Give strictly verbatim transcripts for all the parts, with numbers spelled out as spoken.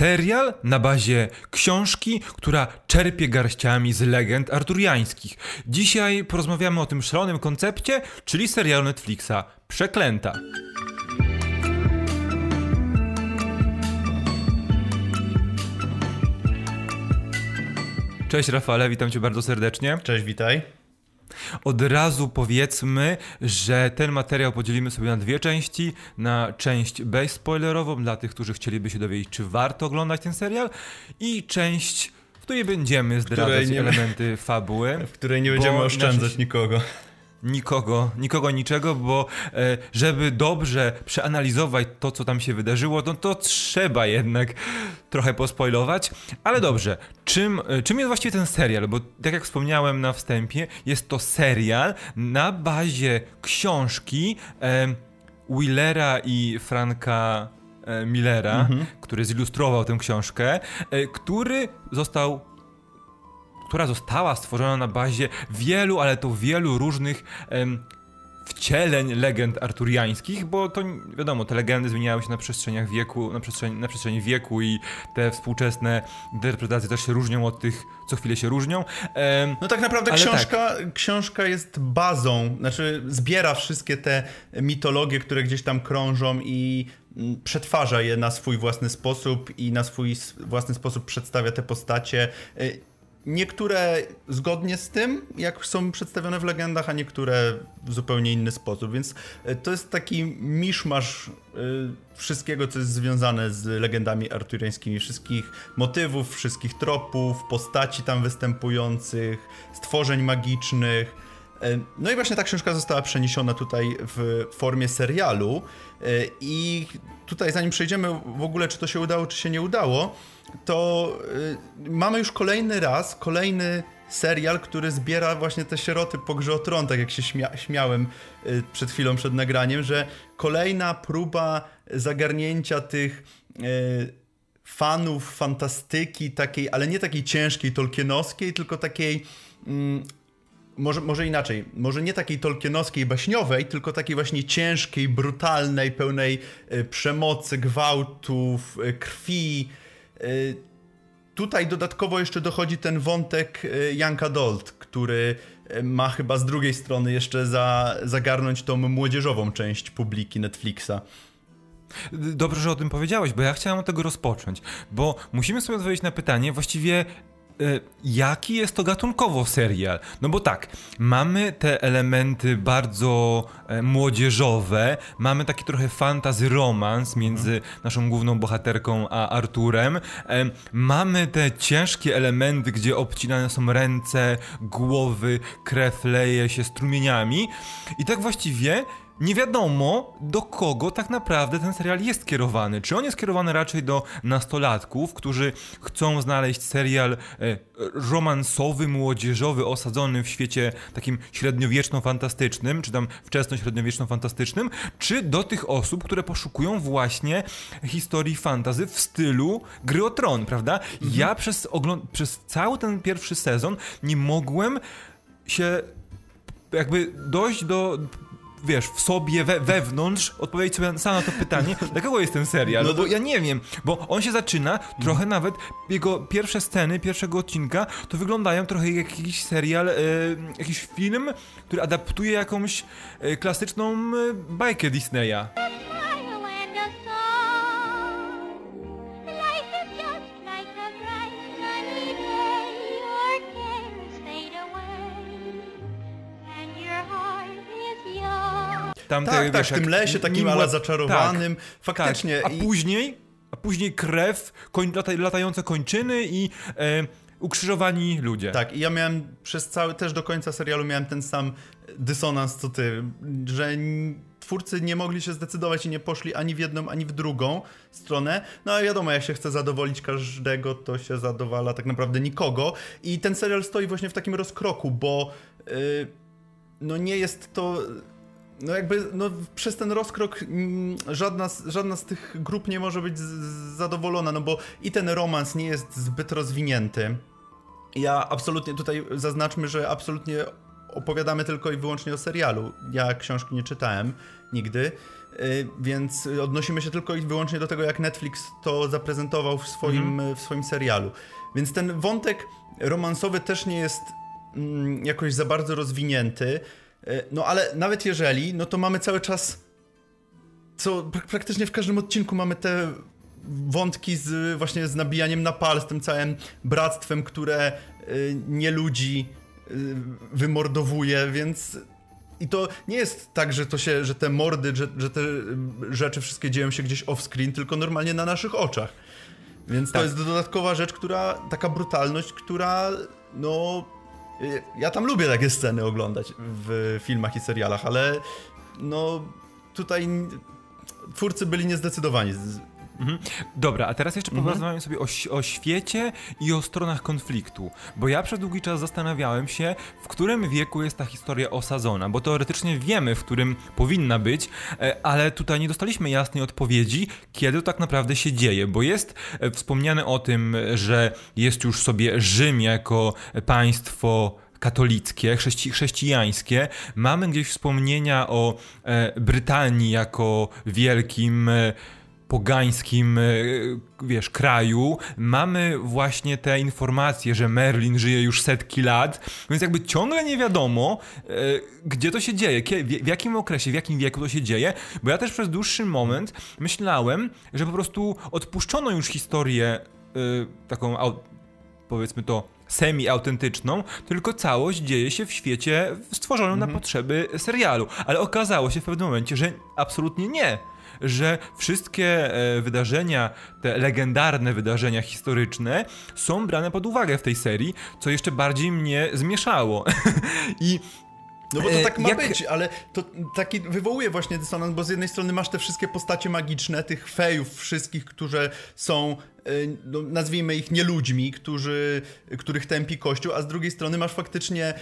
serial na bazie książki, która czerpie garściami z legend arturiańskich. Dzisiaj porozmawiamy o tym szalonym koncepcie, czyli serialu Netflixa Przeklęta. Cześć Rafale, witam cię bardzo serdecznie. Cześć, witaj. Od razu powiedzmy, że ten materiał podzielimy sobie na dwie części. Na część bezspoilerową dla tych, którzy chcieliby się dowiedzieć, czy warto oglądać ten serial, i część, w której będziemy zdradzać nie... elementy fabuły. W której nie będziemy oszczędzać nasi... nikogo. Nikogo, nikogo, niczego, bo e, żeby dobrze przeanalizować to, co tam się wydarzyło, no to trzeba jednak trochę pospoilować. Ale dobrze, czym, czym jest właściwie ten serial? Bo tak jak wspomniałem na wstępie, jest to serial na bazie książki e, Willera i Franka e, Millera, mhm. który zilustrował tę książkę, e, który został która została stworzona na bazie wielu, ale to wielu różnych em, wcieleń legend arturiańskich, bo to wiadomo, te legendy zmieniały się na przestrzeniach wieku, na przestrzeni, na przestrzeni wieku i te współczesne interpretacje też się różnią od tych, co chwilę się różnią. Em, no tak naprawdę książka, tak. książka jest bazą, znaczy zbiera wszystkie te mitologie, które gdzieś tam krążą i przetwarza je na swój własny sposób i na swój własny sposób przedstawia te postacie. Niektóre zgodnie z tym, jak są przedstawione w legendach, a niektóre w zupełnie inny sposób, więc to jest taki miszmasz wszystkiego, co jest związane z legendami arturiańskimi, wszystkich motywów, wszystkich tropów, postaci tam występujących, stworzeń magicznych. No i właśnie ta książka została przeniesiona tutaj w formie serialu i tutaj, zanim przejdziemy w ogóle, czy to się udało, czy się nie udało, to mamy już kolejny raz, kolejny serial, który zbiera właśnie te sieroty po grze o tron, tak jak się śmia- śmiałem przed chwilą, przed nagraniem, że kolejna próba zagarnięcia tych fanów fantastyki takiej, ale nie takiej ciężkiej, tolkienowskiej, tylko takiej... Mm, Może, może inaczej, może nie takiej tolkienowskiej, baśniowej, tylko takiej właśnie ciężkiej, brutalnej, pełnej y, przemocy, gwałtów, y, krwi. Y, tutaj dodatkowo jeszcze dochodzi ten wątek y, Young Adult, który y, ma chyba z drugiej strony jeszcze za, zagarnąć tą młodzieżową część publiki Netflixa. Dobrze, że o tym powiedziałeś, bo ja chciałem od tego rozpocząć, bo musimy sobie odpowiedzieć na pytanie właściwie, jaki jest to gatunkowo serial? No bo tak, mamy te elementy bardzo e, młodzieżowe, mamy taki trochę fantasy romans między mm. naszą główną bohaterką a Arturem, e, mamy te ciężkie elementy, gdzie obcinane są ręce, głowy, krew leje się strumieniami i tak właściwie nie wiadomo, do kogo tak naprawdę ten serial jest kierowany. Czy on jest kierowany raczej do nastolatków, którzy chcą znaleźć serial e, romansowy, młodzieżowy, osadzony w świecie takim średniowieczno-fantastycznym, czy tam wczesno-średniowieczno-fantastycznym, czy do tych osób, które poszukują właśnie historii fantasy w stylu Gry o Tron, prawda? Mhm. Ja przez, ogląd- przez cały ten pierwszy sezon nie mogłem się jakby dojść do... wiesz, w sobie, we, wewnątrz, odpowiedzieć sobie sam na to pytanie, dla kogo jest ten serial? No bo ja nie wiem, bo on się zaczyna, trochę nawet, jego pierwsze sceny, pierwszego odcinka, to wyglądają trochę jak jakiś serial, e, jakiś film, który adaptuje jakąś e, klasyczną e, bajkę Disneya. Tam tak, te, tak, wiesz, w tym lesie takim ala zaczarowanym, tak, faktycznie. Tak. A, i... później, a później krew, koń, lata, latające kończyny i e, ukrzyżowani ludzie. Tak, i ja miałem przez cały, też do końca serialu miałem ten sam dysonans co ty, że twórcy nie mogli się zdecydować i nie poszli ani w jedną, ani w drugą stronę. No a wiadomo, jak się chce zadowolić każdego, to się zadowala tak naprawdę nikogo. I ten serial stoi właśnie w takim rozkroku, bo yy, no nie jest to... No jakby no, przez ten rozkrok mm, żadna, żadna z tych grup nie może być z, zadowolona, no bo i ten romans nie jest zbyt rozwinięty. Ja absolutnie, tutaj zaznaczmy, że absolutnie opowiadamy tylko i wyłącznie o serialu. Ja książki nie czytałem nigdy. więc odnosimy się tylko i wyłącznie do tego, jak Netflix to zaprezentował w swoim, mm. w swoim serialu. Więc ten wątek romansowy też nie jest mm, jakoś za bardzo rozwinięty, no ale nawet jeżeli, no to mamy cały czas, co praktycznie w każdym odcinku mamy te wątki z właśnie z nabijaniem na pal, z tym całym bractwem, które y, nie ludzi y, wymordowuje, więc i to nie jest tak, że to się, że te mordy, że, że te rzeczy wszystkie dzieją się gdzieś off-screen, tylko normalnie na naszych oczach. Więc tak. To jest dodatkowa rzecz, która, taka brutalność, która, no, ja tam lubię takie sceny oglądać w filmach i serialach, ale no, tutaj twórcy byli niezdecydowani. Mhm. Dobra, a teraz jeszcze mhm. porozmawiamy sobie o, o świecie i o stronach konfliktu, bo ja przez długi czas zastanawiałem się, w którym wieku jest ta historia osadzona, bo teoretycznie wiemy, w którym powinna być, ale tutaj nie dostaliśmy jasnej odpowiedzi, kiedy to tak naprawdę się dzieje, bo jest wspomniane o tym, że jest już sobie Rzym jako państwo katolickie, chrześci- chrześcijańskie. Mamy gdzieś wspomnienia o e, Brytanii jako wielkim e, pogańskim, wiesz, kraju. Mamy właśnie te informacje, że Merlin żyje już setki lat, więc jakby ciągle nie wiadomo, gdzie to się dzieje, w jakim okresie, w jakim wieku to się dzieje, bo ja też przez dłuższy moment myślałem, że po prostu odpuszczono już historię taką, powiedzmy to, semi-autentyczną, tylko całość dzieje się w świecie stworzonym mhm. na potrzeby serialu. Ale okazało się w pewnym momencie, że absolutnie nie. Że wszystkie wydarzenia, te legendarne wydarzenia historyczne są brane pod uwagę w tej serii, co jeszcze bardziej mnie zmieszało. I no bo to tak ma jak... być, ale to taki wywołuje właśnie dysonans, bo z jednej strony masz te wszystkie postacie magiczne, tych fejów wszystkich, którzy są, no, nazwijmy ich nieludźmi, którzy, których tępi kościół, a z drugiej strony masz faktycznie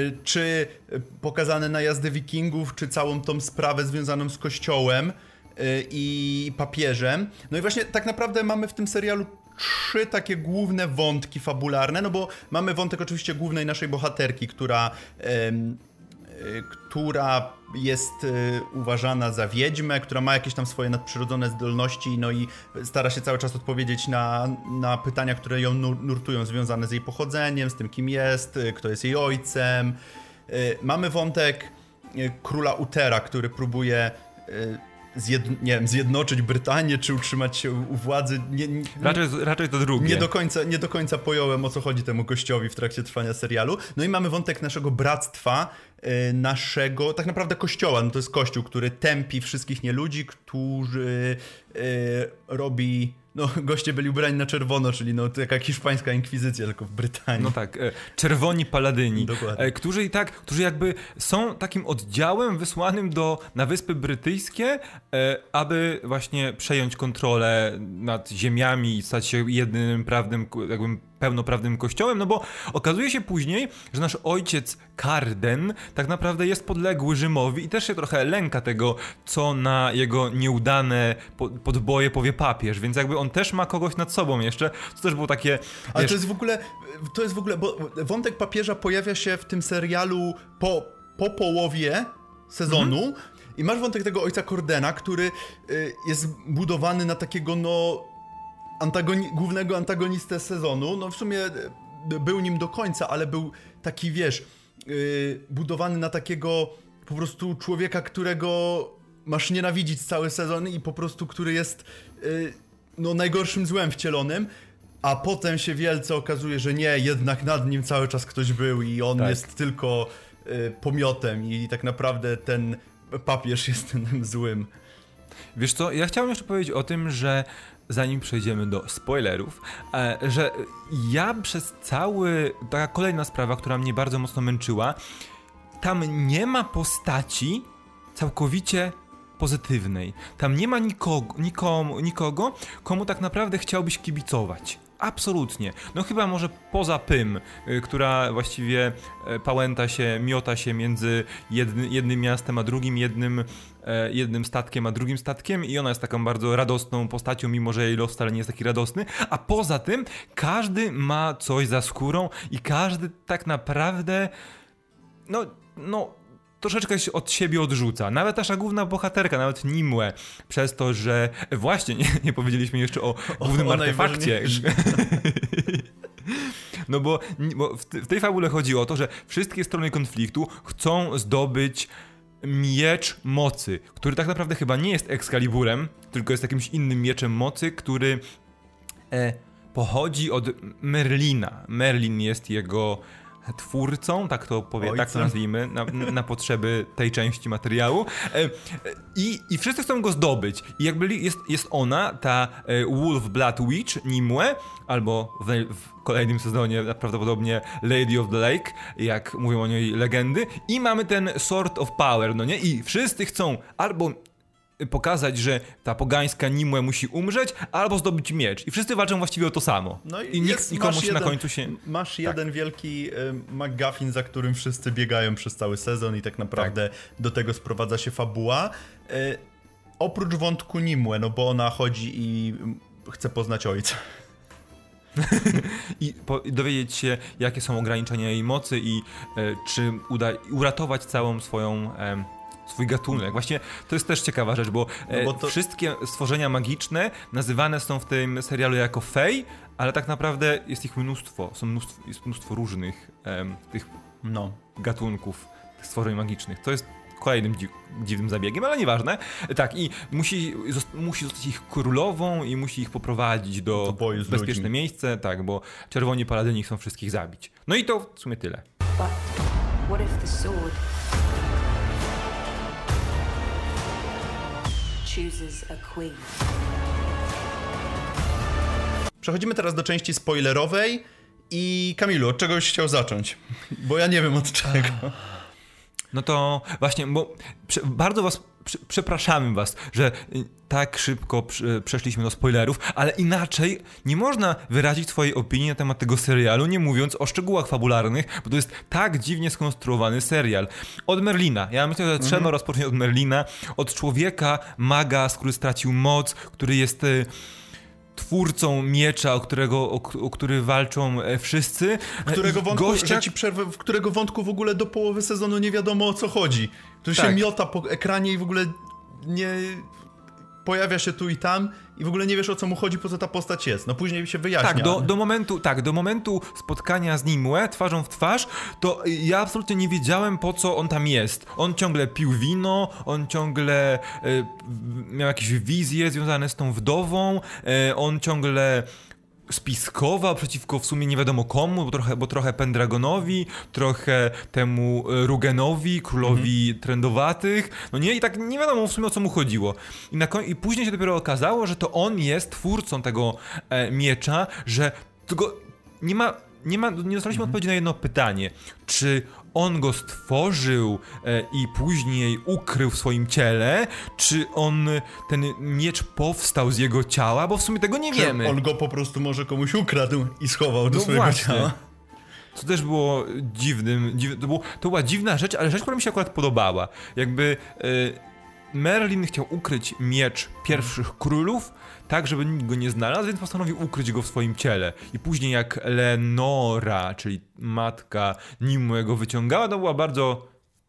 czy pokazane najazdy wikingów, czy całą tą sprawę związaną z kościołem i papieżem. No i właśnie tak naprawdę mamy w tym serialu trzy takie główne wątki fabularne, no bo mamy wątek oczywiście głównej naszej bohaterki, która em, y, która jest y, uważana za wiedźmę, która ma jakieś tam swoje nadprzyrodzone zdolności, no i stara się cały czas odpowiedzieć na, na pytania, które ją nurtują, związane z jej pochodzeniem, z tym, kim jest, y, kto jest jej ojcem. Y, mamy wątek y, króla Utera, który próbuje y, Zjed, nie wiem, zjednoczyć Brytanię, czy utrzymać się u władzy. Nie, nie, raczej, raczej to drugie. Nie do, końca, nie do końca pojąłem, o co chodzi temu gościowi w trakcie trwania serialu. No i mamy wątek naszego bractwa, yy, naszego, tak naprawdę kościoła. No to jest kościół, który tępi wszystkich nieludzi, którzy yy, robi... No, goście byli ubrani na czerwono, czyli no to jaka hiszpańska inkwizycja, tylko w Brytanii. No tak, e, czerwoni paladyni, Dokładnie. E, którzy i tak, którzy jakby są takim oddziałem wysłanym do, na Wyspy Brytyjskie, e, aby właśnie przejąć kontrolę nad ziemiami i stać się jednym prawnym, jakby pełnoprawnym kościołem, no bo okazuje się później, że nasz ojciec Karden tak naprawdę jest podległy Rzymowi i też się trochę lęka tego, co na jego nieudane podboje powie papież, więc jakby on też ma kogoś nad sobą jeszcze, to też było takie... Ale wiesz... to jest w ogóle, to jest w ogóle, bo wątek papieża pojawia się w tym serialu po, po połowie sezonu, mhm. I masz wątek tego ojca Cordena, który jest budowany na takiego, no... Antagoni- głównego antagonistę sezonu, no w sumie był nim do końca, ale był taki, wiesz, yy, budowany na takiego po prostu człowieka, którego masz nienawidzić cały sezon i po prostu, który jest yy, no najgorszym złem wcielonym, a potem się wielce okazuje, że nie, jednak nad nim cały czas ktoś był i on tak. jest tylko yy, pomiotem i tak naprawdę ten papież jest tym złym. Wiesz co, ja chciałem jeszcze powiedzieć o tym, że zanim przejdziemy do spoilerów, że ja przez cały, taka kolejna sprawa, która mnie bardzo mocno męczyła, tam nie ma postaci całkowicie pozytywnej. Tam nie ma nikogo, nikomu, nikogo, komu tak naprawdę chciałbyś kibicować. Absolutnie. No chyba może poza Pym, y, która właściwie y, pałęta się, miota się między jedny, jednym miastem a drugim, jednym, y, jednym statkiem a drugim statkiem i ona jest taką bardzo radosną postacią, mimo że jej los wcale nie jest taki radosny, a poza tym każdy ma coś za skórą i każdy tak naprawdę no, no troszeczkę się od siebie odrzuca. Nawet nasza główna bohaterka, nawet Nimue, przez to, że właśnie nie, nie powiedzieliśmy jeszcze o głównym o, artefakcie. No bo, bo w, w tej fabule chodzi o to, że wszystkie strony konfliktu chcą zdobyć miecz mocy, który tak naprawdę chyba nie jest Excaliburem, tylko jest jakimś innym mieczem mocy, który e, pochodzi od Merlina. Merlin jest jego twórcą, tak to powie, tak to nazwijmy, na, na potrzeby tej części materiału. E, i, I wszyscy chcą go zdobyć. I jakby jest, jest ona, ta e, Wolf Blood Witch, Nimue, albo w, w kolejnym sezonie prawdopodobnie Lady of the Lake, jak mówią o niej legendy. I mamy ten Sword of Power, no nie? I wszyscy chcą albo pokazać, że ta pogańska Nimue musi umrzeć, albo zdobyć miecz. I wszyscy walczą właściwie o to samo. No i, I nikt jest, nikomu się jeden, na końcu się... Masz jeden tak. wielki y, MacGuffin, za którym wszyscy biegają przez cały sezon i tak naprawdę tak. do tego sprowadza się fabuła. Y, oprócz wątku Nimue, no bo ona chodzi i chce poznać ojca. I, po, I dowiedzieć się, jakie są ograniczenia jej mocy i y, czy uda uratować całą swoją... Y, swój gatunek. Właśnie to jest też ciekawa rzecz, bo, no bo to... wszystkie stworzenia magiczne nazywane są w tym serialu jako fej, ale tak naprawdę jest ich mnóstwo. Są mnóstwo, jest mnóstwo różnych em, tych no. gatunków, tych stworzeń magicznych. To jest kolejnym dzi dziwnym zabiegiem, ale nieważne. Tak, i musi, musi zostać ich królową i musi ich poprowadzić do, do bezpieczne ludźmi. miejsce, tak, bo czerwoni paladyni chcą wszystkich zabić. No i to w sumie tyle. But what if the sword chooses a queen? Przechodzimy teraz do części spoilerowej i Kamilu, od czego byś chciał zacząć? Bo ja nie wiem od czego. No to właśnie, bo prze, bardzo was, prze, przepraszamy was, że tak szybko prze, przeszliśmy do spoilerów, ale inaczej nie można wyrazić swojej opinii na temat tego serialu, nie mówiąc o szczegółach fabularnych, bo to jest tak dziwnie skonstruowany serial. Od Merlina. Ja myślę, że trzeba mhm. rozpocząć od Merlina, od człowieka, maga, który stracił moc, który jest... twórcą miecza, o którego, o, o który walczą wszyscy. Którego wątku, Gościa... że ci przerwę, w którego wątku w ogóle do połowy sezonu nie wiadomo, o co chodzi. To tak. się miota po ekranie i w ogóle nie... pojawia się tu i tam i w ogóle nie wiesz, o co mu chodzi, po co ta postać jest. No później się wyjaśnia. Tak, do, do momentu, tak, do momentu spotkania z Nimue twarzą w twarz, to ja absolutnie nie wiedziałem, po co on tam jest. On ciągle pił wino, on ciągle y, miał jakieś wizje związane z tą wdową, y, on ciągle spiskował przeciwko w sumie nie wiadomo komu, bo trochę, bo trochę Pendragonowi, trochę temu Rugenowi, królowi mhm. trendowatych, no nie, i tak nie wiadomo w sumie, o co mu chodziło. I, na koń- i później się dopiero okazało, że to on jest twórcą tego e, miecza, że tego nie ma, nie ma, nie dostaliśmy mhm. odpowiedzi na jedno pytanie, czy on go stworzył e, i później ukrył w swoim ciele, czy on, ten miecz powstał z jego ciała, bo w sumie tego nie czy wiemy. On go po prostu może komuś ukradł i schował do no swojego właśnie. ciała. Co też było dziwnym, dziw, to, było, to była dziwna rzecz, ale rzecz, która mi się akurat podobała. Jakby e, Merlin chciał ukryć miecz pierwszych królów, tak, żeby nikt go nie znalazł, więc postanowił ukryć go w swoim ciele. I później jak Lenora, czyli matka Nimue, go wyciągała, to była bardzo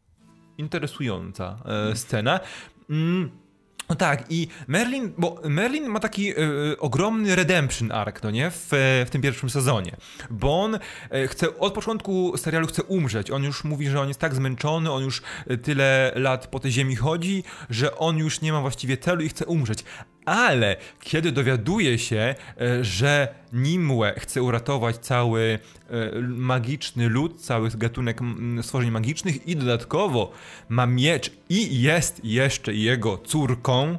interesująca e, scena. Mm. No tak, i Merlin, bo Merlin ma taki y, ogromny redemption arc, no nie, w, w tym pierwszym sezonie, bo on y, chce, od początku serialu chce umrzeć, on już mówi, że on jest tak zmęczony, on już tyle lat po tej ziemi chodzi, że on już nie ma właściwie celu i chce umrzeć. Ale kiedy dowiaduje się, że Nimue chce uratować cały magiczny lud, cały gatunek stworzeń magicznych i dodatkowo ma miecz i jest jeszcze jego córką,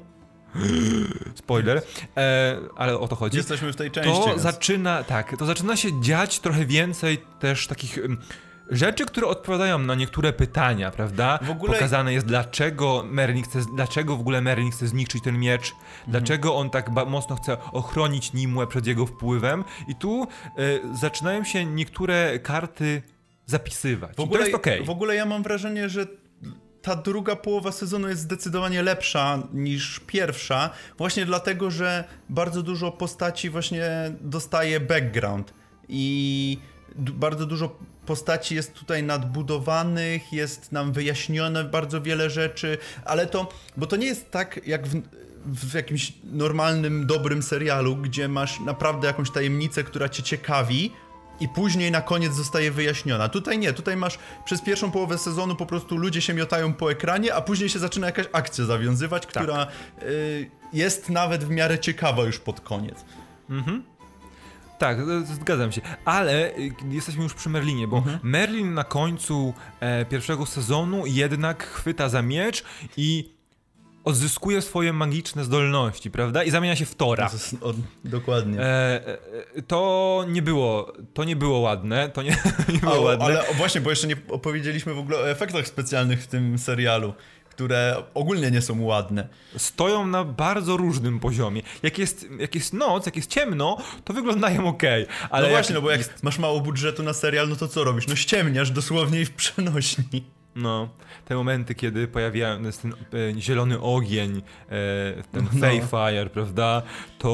spoiler, e, ale o to chodzi. Jesteśmy w tej części. To więc. zaczyna, tak, to zaczyna się dziać trochę więcej też takich rzeczy, które odpowiadają na niektóre pytania, prawda? W ogóle... Pokazane jest, dlaczego Merlin chce, dlaczego w ogóle Merlin chce zniszczyć ten miecz, mhm. dlaczego on tak mocno chce ochronić Nimue przed jego wpływem. I tu y, zaczynają się niektóre karty zapisywać. W ogóle, I to jest okej. W ogóle ja mam wrażenie, że ta druga połowa sezonu jest zdecydowanie lepsza niż pierwsza, właśnie dlatego, że bardzo dużo postaci właśnie dostaje background i d- bardzo dużo postaci jest tutaj nadbudowanych, jest nam wyjaśnione bardzo wiele rzeczy, ale to, bo to nie jest tak jak w, w jakimś normalnym, dobrym serialu, gdzie masz naprawdę jakąś tajemnicę, która cię ciekawi i później na koniec zostaje wyjaśniona. Tutaj nie, tutaj masz przez pierwszą połowę sezonu po prostu ludzie się miotają po ekranie, a później się zaczyna jakaś akcja zawiązywać, tak. która y, jest nawet w miarę ciekawa już pod koniec. Mhm. Tak, zgadzam się, ale jesteśmy już przy Merlinie, bo mhm. Merlin na końcu e, pierwszego sezonu jednak chwyta za miecz i odzyskuje swoje magiczne zdolności, prawda? I zamienia się w Tora. O, dokładnie. E, e, to nie było, to nie było ładne, to nie, nie było A, ładne. Ale właśnie, bo jeszcze nie opowiedzieliśmy w ogóle o efektach specjalnych w tym serialu, które ogólnie nie są ładne. Stoją na bardzo różnym poziomie. Jak jest, jak jest noc, jak jest ciemno, to wyglądają okej. Okay, ale no właśnie, no bo jak jest... masz mało budżetu na serial, no to co robisz? No ściemniasz dosłownie i w przenośni. No, te momenty, kiedy pojawiają jest ten e, zielony ogień, e, ten no. Feyfire, prawda, to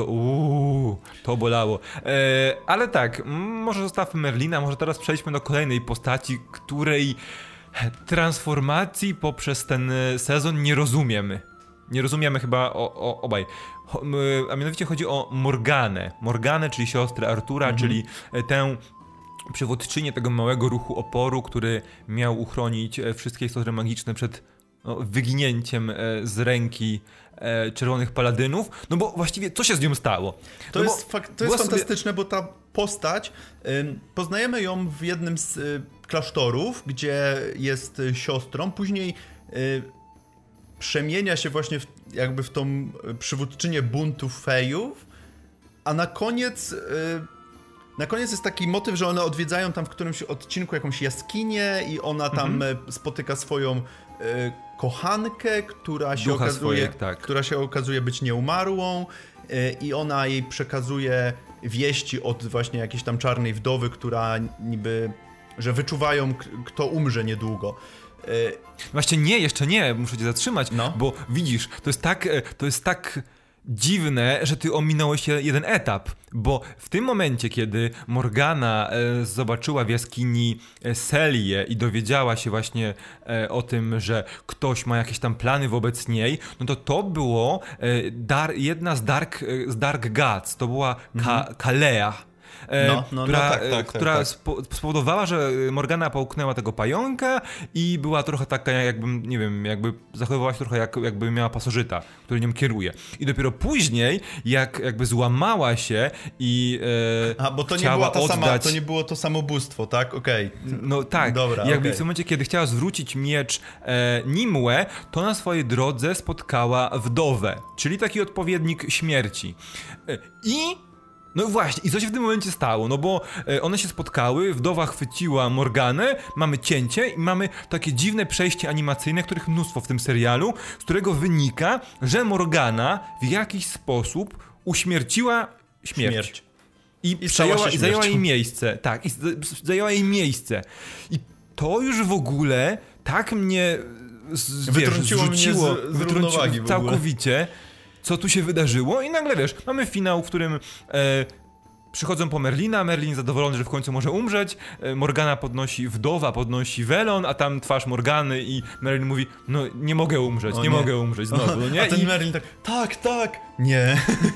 uuu, to bolało. E, ale tak, może zostawmy Merlina, może teraz przejdźmy do kolejnej postaci, której transformacji poprzez ten sezon nie rozumiemy. Nie rozumiemy chyba o, o, obaj. A mianowicie chodzi o Morganę. Morganę, czyli siostrę Artura, mhm. czyli tę przywódczynię tego małego ruchu oporu, który miał uchronić wszystkie istoty magiczne przed no, wyginięciem z ręki Czerwonych Paladynów. No bo właściwie co się z nią stało? To no jest, fak- to jest fantastyczne, sobie... bo ta postać, ym, poznajemy ją w jednym z y, klasztorów, gdzie jest y, siostrą, później y, przemienia się właśnie w, jakby w tą przywódczynię buntu fejów, a na koniec... Y, Na koniec jest taki motyw, że one odwiedzają tam w którymś odcinku jakąś jaskinię i ona tam mhm. spotyka swoją y, kochankę, która się, okazuje, swojej, tak. która się okazuje być nieumarłą y, i ona jej przekazuje wieści od właśnie jakiejś tam czarnej wdowy, która niby, że wyczuwają k- kto umrze niedługo. Y, Właśnie nie, jeszcze nie, muszę cię zatrzymać, no. bo widzisz, to jest tak, to jest tak dziwne, że ty ominąłeś jeden etap, bo w tym momencie, kiedy Morgana e, zobaczyła w jaskini e, Celię i dowiedziała się właśnie e, o tym, że ktoś ma jakieś tam plany wobec niej, no to to było e, dar, jedna z Dark, e, z Dark Gods, to była Ka- mhm. Kalea. No, no, która, no, tak, tak, która tak, tak. Spo, spowodowała, że Morgana połknęła tego pająka i była trochę taka jakby, nie wiem, jakby zachowywała się trochę jak, jakby miała pasożyta, który nią kieruje. I dopiero później, jak jakby złamała się i e, A, bo to chciała nie była ta oddać... sama, to nie było to samobóstwo, tak? Okej. Okay. No tak. Dobra, I jakby okay. w tym momencie, kiedy chciała zwrócić miecz e, Nimue, to na swojej drodze spotkała wdowę, czyli taki odpowiednik śmierci. E, I No właśnie, i co się w tym momencie stało? No bo e, one się spotkały, wdowa chwyciła Morganę, mamy cięcie i mamy takie dziwne przejście animacyjne, których mnóstwo w tym serialu, z którego wynika, że Morgana w jakiś sposób uśmierciła śmierć. śmierć. I, I, przejęła, i zajęła jej miejsce. Tak, i zajęła jej miejsce. I to już w ogóle tak mnie z, wytrąciło wiesz, zrzuciło, mnie z, z równowagi całkowicie. Co tu się wydarzyło i nagle wiesz, mamy finał, w którym e, przychodzą po Merlina, Merlin zadowolony, że w końcu może umrzeć, e, Morgana podnosi, wdowa podnosi welon, a tam twarz Morgany i Merlin mówi, no nie mogę umrzeć, nie, nie mogę umrzeć znowu, no nie? A ten I... Merlin tak, tak, tak, nie.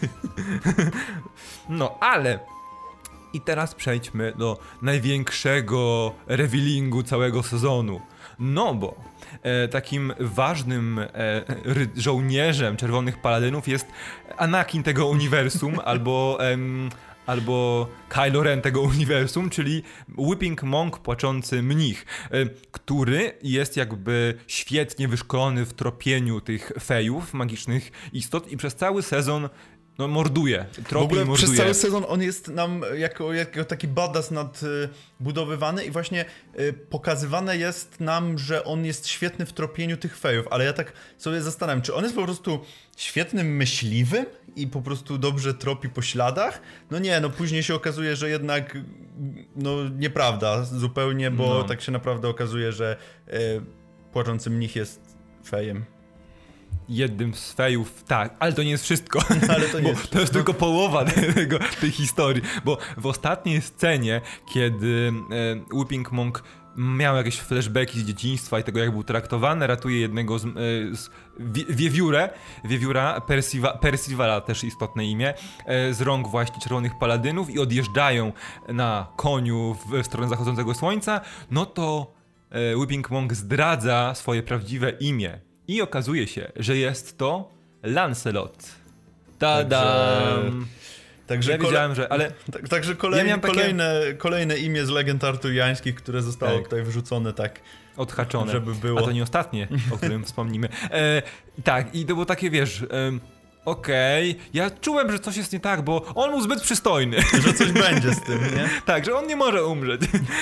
No, ale... I teraz przejdźmy do największego revealingu całego sezonu. No bo e, takim ważnym e, ry- żołnierzem Czerwonych Paladynów jest Anakin tego uniwersum, albo, em, albo Kylo Ren tego uniwersum, czyli Weeping Monk, płaczący mnich, e, który jest jakby świetnie wyszkolony w tropieniu tych fejów, magicznych istot i przez cały sezon no morduje, tropi w ogóle morduje. Przez cały sezon on jest nam jako, jako taki badass nadbudowywany i właśnie y, pokazywane jest nam, że on jest świetny w tropieniu tych fejów, ale ja tak sobie zastanawiam, czy on jest po prostu świetnym myśliwym i po prostu dobrze tropi po śladach? No nie, no później się okazuje, że jednak no nieprawda zupełnie, bo no. tak się naprawdę okazuje, że y, płaczący mnich jest fejem. jednym z fejów, tak, ale to nie jest wszystko, ale to, nie jest to jest tylko połowa tego, tej historii, bo w ostatniej scenie, kiedy e, Weeping Monk miał jakieś flashbacki z dzieciństwa i tego, jak był traktowany, ratuje jednego z, z wiewiórę, wiewióra Perciva, Percivala, też istotne imię, z rąk właśnie Czerwonych Paladynów i odjeżdżają na koniu w, w stronę zachodzącego słońca, no to e, Weeping Monk zdradza swoje prawdziwe imię i okazuje się, że jest to Lancelot. Tadam! Także ja kole... wiedziałem, że... ale tak, Także kolej... ja kolejne, takie... kolejne imię z legend arturiańskich, które zostało tak. tutaj wyrzucone tak... odhaczone. Żeby było. A to nie ostatnie, o którym wspomnimy. E, tak, i to było takie, wiesz... E, Okej, okay. Ja czułem, że coś jest nie tak, bo on był zbyt przystojny. Że coś będzie z tym, nie? Tak, że on nie może umrzeć.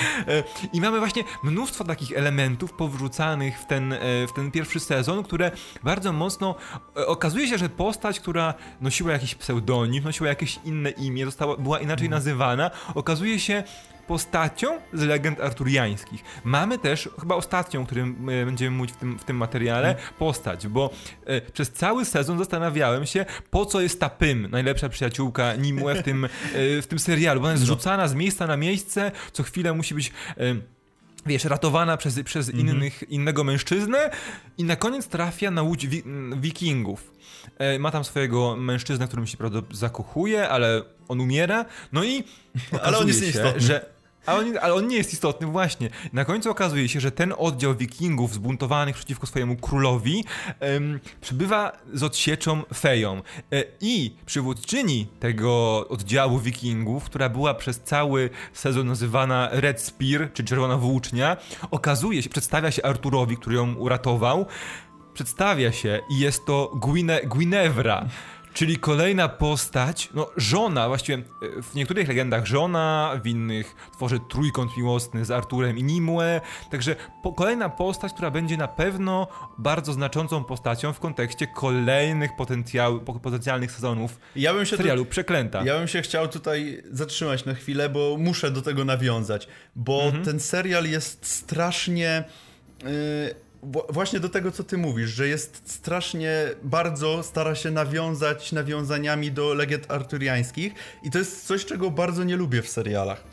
I mamy właśnie mnóstwo takich elementów powrzucanych w ten, w ten pierwszy sezon, które bardzo mocno... Okazuje się, że postać, która nosiła jakiś pseudonim, nosiła jakieś inne imię, została, była inaczej nazywana, okazuje się postacią z legend arturiańskich. Mamy też, chyba ostatnią, o którym będziemy mówić w tym, w tym materiale, postać, bo e, przez cały sezon zastanawiałem się, po co jest ta Pym, najlepsza przyjaciółka Nimue w tym, e, w tym serialu, bo ona jest rzucana z miejsca na miejsce, co chwilę musi być... E, wiesz, ratowana przez, przez mm-hmm. innych, innego mężczyznę i na koniec trafia na łódź wi- wikingów. E, ma tam swojego mężczyznę, którym się prawda zakochuje, ale on umiera, no i ale on jest się, nieistotny. że ale on, ale on nie jest istotny właśnie. Na końcu okazuje się, że ten oddział wikingów zbuntowanych przeciwko swojemu królowi em, przybywa z odsieczą feją. E, I przywódczyni tego oddziału wikingów, która była przez cały sezon nazywana Red Spear, czy Czerwona Włócznia, okazuje się, przedstawia się Arturowi, który ją uratował, przedstawia się i jest to Gwine, Gwinevra. Czyli kolejna postać, no żona, właściwie w niektórych legendach żona, w innych tworzy trójkąt miłosny z Arturem i Nimue, także po, kolejna postać, która będzie na pewno bardzo znaczącą postacią w kontekście kolejnych potencjał, potencjalnych sezonów ja bym się serialu tu, Przeklęta. Ja bym się chciał tutaj zatrzymać na chwilę, bo muszę do tego nawiązać, bo mhm. ten serial jest strasznie... Yy... Właśnie do tego, co ty mówisz, że jest strasznie bardzo stara się nawiązać nawiązaniami do legend arturiańskich i to jest coś, czego bardzo nie lubię w serialach.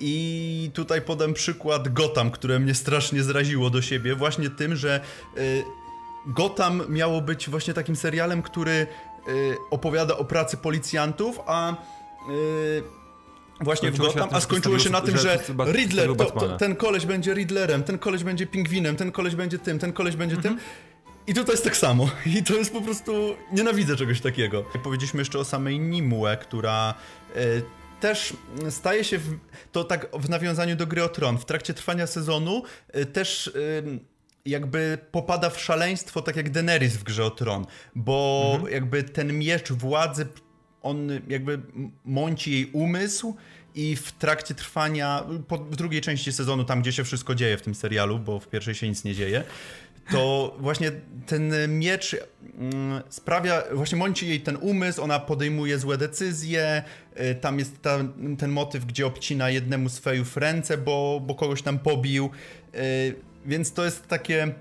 I tutaj podam przykład Gotham, które mnie strasznie zraziło do siebie, właśnie tym, że y, Gotham miało być właśnie takim serialem, który y, opowiada o pracy policjantów, a... Y, Właśnie w Gotham, a skończyło się na tym, że Riddler, to, to, ten koleś będzie Riddlerem, ten koleś będzie Pingwinem, ten koleś będzie tym, ten koleś będzie tym. I tutaj jest tak samo. I to jest po prostu... Nienawidzę czegoś takiego. Powiedzieliśmy jeszcze o samej Nimue, która y, też staje się... W, to tak w nawiązaniu do Gry o Tron. W trakcie trwania sezonu y, też... Y, jakby popada w szaleństwo, tak jak Daenerys w Grze o Tron. Bo mhm. jakby ten miecz władzy... on jakby mąci jej umysł i w trakcie trwania, po, w drugiej części sezonu, tam gdzie się wszystko dzieje w tym serialu, bo w pierwszej się nic nie dzieje, to właśnie ten miecz mm, sprawia, właśnie mąci jej ten umysł, ona podejmuje złe decyzje, y, tam jest ta, ten motyw, gdzie obcina jednemu z fejów ręce, bo, bo kogoś tam pobił, y, więc to jest takie...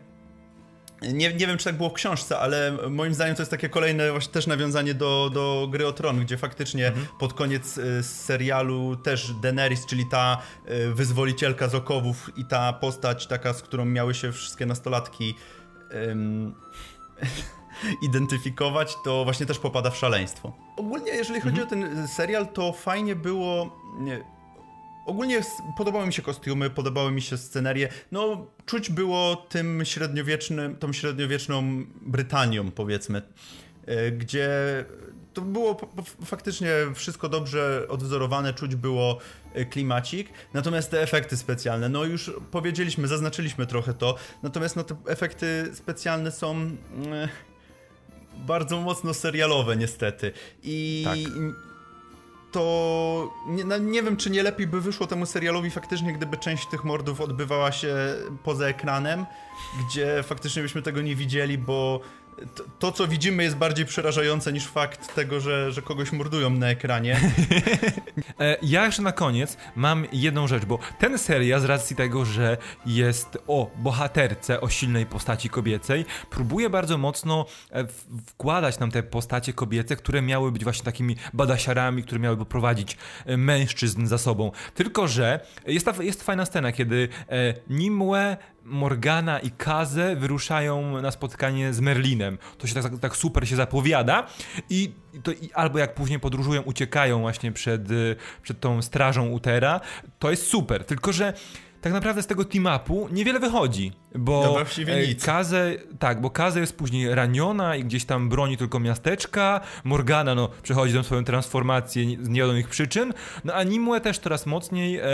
Nie, nie wiem, czy tak było w książce, ale moim zdaniem to jest takie kolejne właśnie też nawiązanie do, do Gry o Tron, gdzie faktycznie mhm. pod koniec y, serialu też Daenerys, czyli ta y, wyzwolicielka z okowów i ta postać taka, z którą miały się wszystkie nastolatki ym, identyfikować, to właśnie też popada w szaleństwo. Ogólnie, jeżeli chodzi mhm. o ten serial, to fajnie było... Nie, ogólnie podobały mi się kostiumy, podobały mi się scenerie. No, czuć było tym średniowiecznym, tą średniowieczną Brytanią, powiedzmy, gdzie to było faktycznie wszystko dobrze odwzorowane, czuć było klimacik. Natomiast te efekty specjalne, no już powiedzieliśmy, zaznaczyliśmy trochę to, natomiast no, te efekty specjalne są bardzo mocno serialowe niestety. I... Tak. To nie, no nie wiem, czy nie lepiej by wyszło temu serialowi faktycznie, gdyby część tych mordów odbywała się poza ekranem, gdzie faktycznie byśmy tego nie widzieli, bo to, co widzimy, jest bardziej przerażające niż fakt tego, że, że kogoś mordują na ekranie. Ja jeszcze na koniec mam jedną rzecz, bo ten serial z racji tego, że jest o bohaterce, o silnej postaci kobiecej, próbuje bardzo mocno wkładać nam te postacie kobiece, które miały być właśnie takimi badasiarami, które miały poprowadzić mężczyzn za sobą. Tylko że jest, ta, jest fajna scena, kiedy Nimue, Morgana i Kaze wyruszają na spotkanie z Merlinem. To się tak, tak super się zapowiada i, to, i albo jak później podróżują, uciekają właśnie przed, przed tą strażą Utera. To jest super, tylko że tak naprawdę z tego team-upu niewiele wychodzi, bo no właściwie nic. Kaze, tak, bo Kaze jest później raniona i gdzieś tam broni tylko miasteczka, Morgana no przechodzi tą swoją transformację z niewiadomych przyczyn, no a Nimue też coraz mocniej e,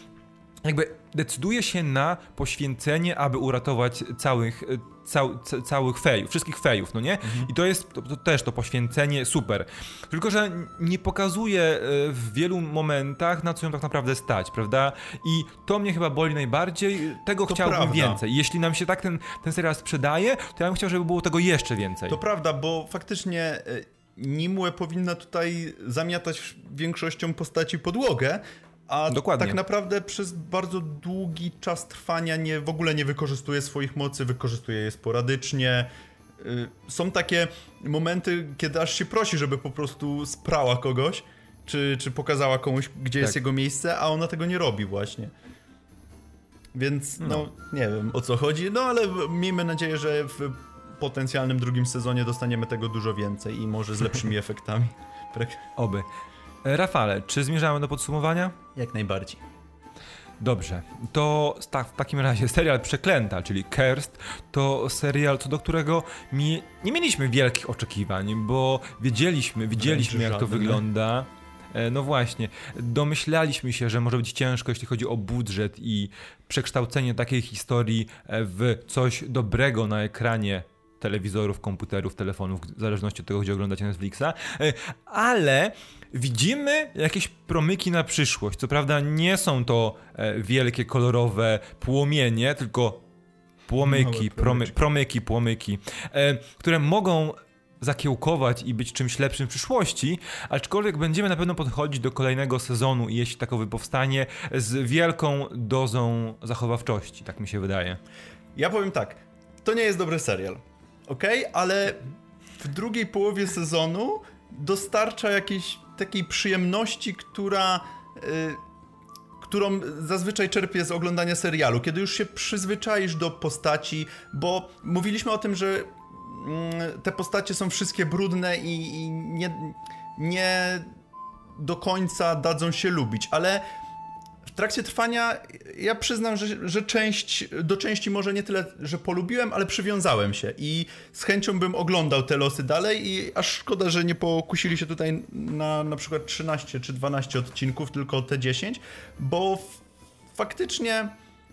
jakby decyduje się na poświęcenie, aby uratować całych, cał, całych fejów, wszystkich fejów, no nie? Mhm. I to jest to, to też to poświęcenie super. Tylko że nie pokazuje w wielu momentach, na co ją tak naprawdę stać, prawda? I to mnie chyba boli najbardziej. Tego to chciałbym prawda. więcej. Jeśli nam się tak ten, ten serial sprzedaje, to ja bym chciał, żeby było tego jeszcze więcej. To prawda, bo faktycznie Nimue powinna tutaj zamiatać większością postaci podłogę, a Dokładnie. tak naprawdę przez bardzo długi czas trwania nie, w ogóle nie wykorzystuje swoich mocy, wykorzystuje je sporadycznie. Są takie momenty, kiedy aż się prosi, żeby po prostu sprała kogoś, czy, czy pokazała komuś, gdzie tak. jest jego miejsce, a ona tego nie robi właśnie. Więc no, no nie wiem o co chodzi, no ale miejmy nadzieję, że w potencjalnym drugim sezonie dostaniemy tego dużo więcej i może z lepszymi efektami. Oby. Rafale, czy zmierzamy do podsumowania? Jak najbardziej. Dobrze, to w takim razie serial Przeklęta, czyli Cursed, to serial, co do którego mi nie mieliśmy wielkich oczekiwań, bo wiedzieliśmy, widzieliśmy jak to wygląda. No właśnie, domyślaliśmy się, że może być ciężko, jeśli chodzi o budżet i przekształcenie takiej historii w coś dobrego na ekranie telewizorów, komputerów, telefonów, w zależności od tego, gdzie oglądacie Netflixa, ale widzimy jakieś promyki na przyszłość. Co prawda nie są to wielkie, kolorowe płomienie, tylko płomyki, promy, promyki, płomyki, które mogą zakiełkować i być czymś lepszym w przyszłości, aczkolwiek będziemy na pewno podchodzić do kolejnego sezonu, jeśli takowy powstanie, z wielką dozą zachowawczości, tak mi się wydaje. Ja powiem tak, to nie jest dobry serial, okej? Okay? Ale w drugiej połowie sezonu dostarcza jakiejś takiej przyjemności, która, yy, którą zazwyczaj czerpię z oglądania serialu, kiedy już się przyzwyczaisz do postaci, bo mówiliśmy o tym, że te postacie są wszystkie brudne i, i nie, nie do końca dadzą się lubić, ale w trakcie trwania ja przyznam, że, że część, do części może nie tyle, że polubiłem, ale przywiązałem się i z chęcią bym oglądał te losy dalej i aż szkoda, że nie pokusili się tutaj na na przykład trzynaście czy dwanaście odcinków, tylko te dziesięć, bo f- faktycznie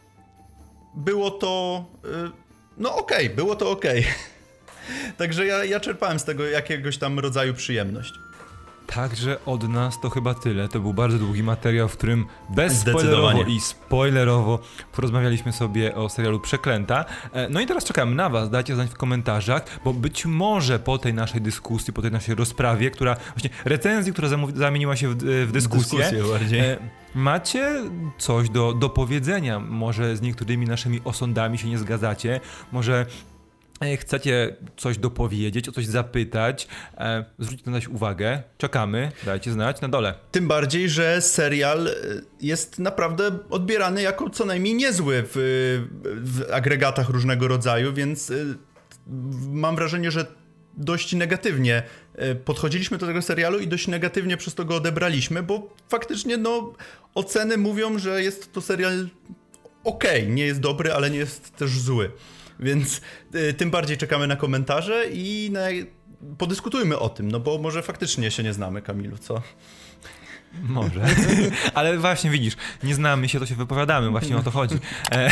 było to, yy, no okej, okay, było to okej. Okay. Także ja, ja czerpałem z tego jakiegoś tam rodzaju przyjemność. Także od nas to chyba tyle. To był bardzo długi materiał, w którym bezspoilerowo i spoilerowo porozmawialiśmy sobie o serialu Przeklęta. No i teraz czekamy na was, dajcie znać w komentarzach, bo być może po tej naszej dyskusji, po tej naszej rozprawie, która właśnie recenzji, która zamieniła się w, w dyskusję, dyskusję bardziej. Macie coś do, do powiedzenia. Może z niektórymi naszymi osądami się nie zgadzacie, może chcecie coś dopowiedzieć, o coś zapytać, e, zwróćcie na to uwagę, czekamy, dajcie znać na dole. Tym bardziej, że serial jest naprawdę odbierany jako co najmniej niezły w, w agregatach różnego rodzaju, więc mam wrażenie, że dość negatywnie podchodziliśmy do tego serialu i dość negatywnie przez to go odebraliśmy, bo faktycznie no, oceny mówią, że jest to serial okej, okay, nie jest dobry, ale nie jest też zły. Więc y, tym bardziej czekamy na komentarze i na, podyskutujmy o tym, no bo może faktycznie się nie znamy, Kamilu, co? Może, ale właśnie widzisz, nie znamy się, to się wypowiadamy, właśnie o to chodzi. E,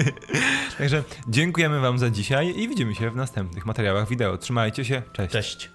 Także dziękujemy wam za dzisiaj i widzimy się w następnych materiałach wideo. Trzymajcie się, cześć. Cześć.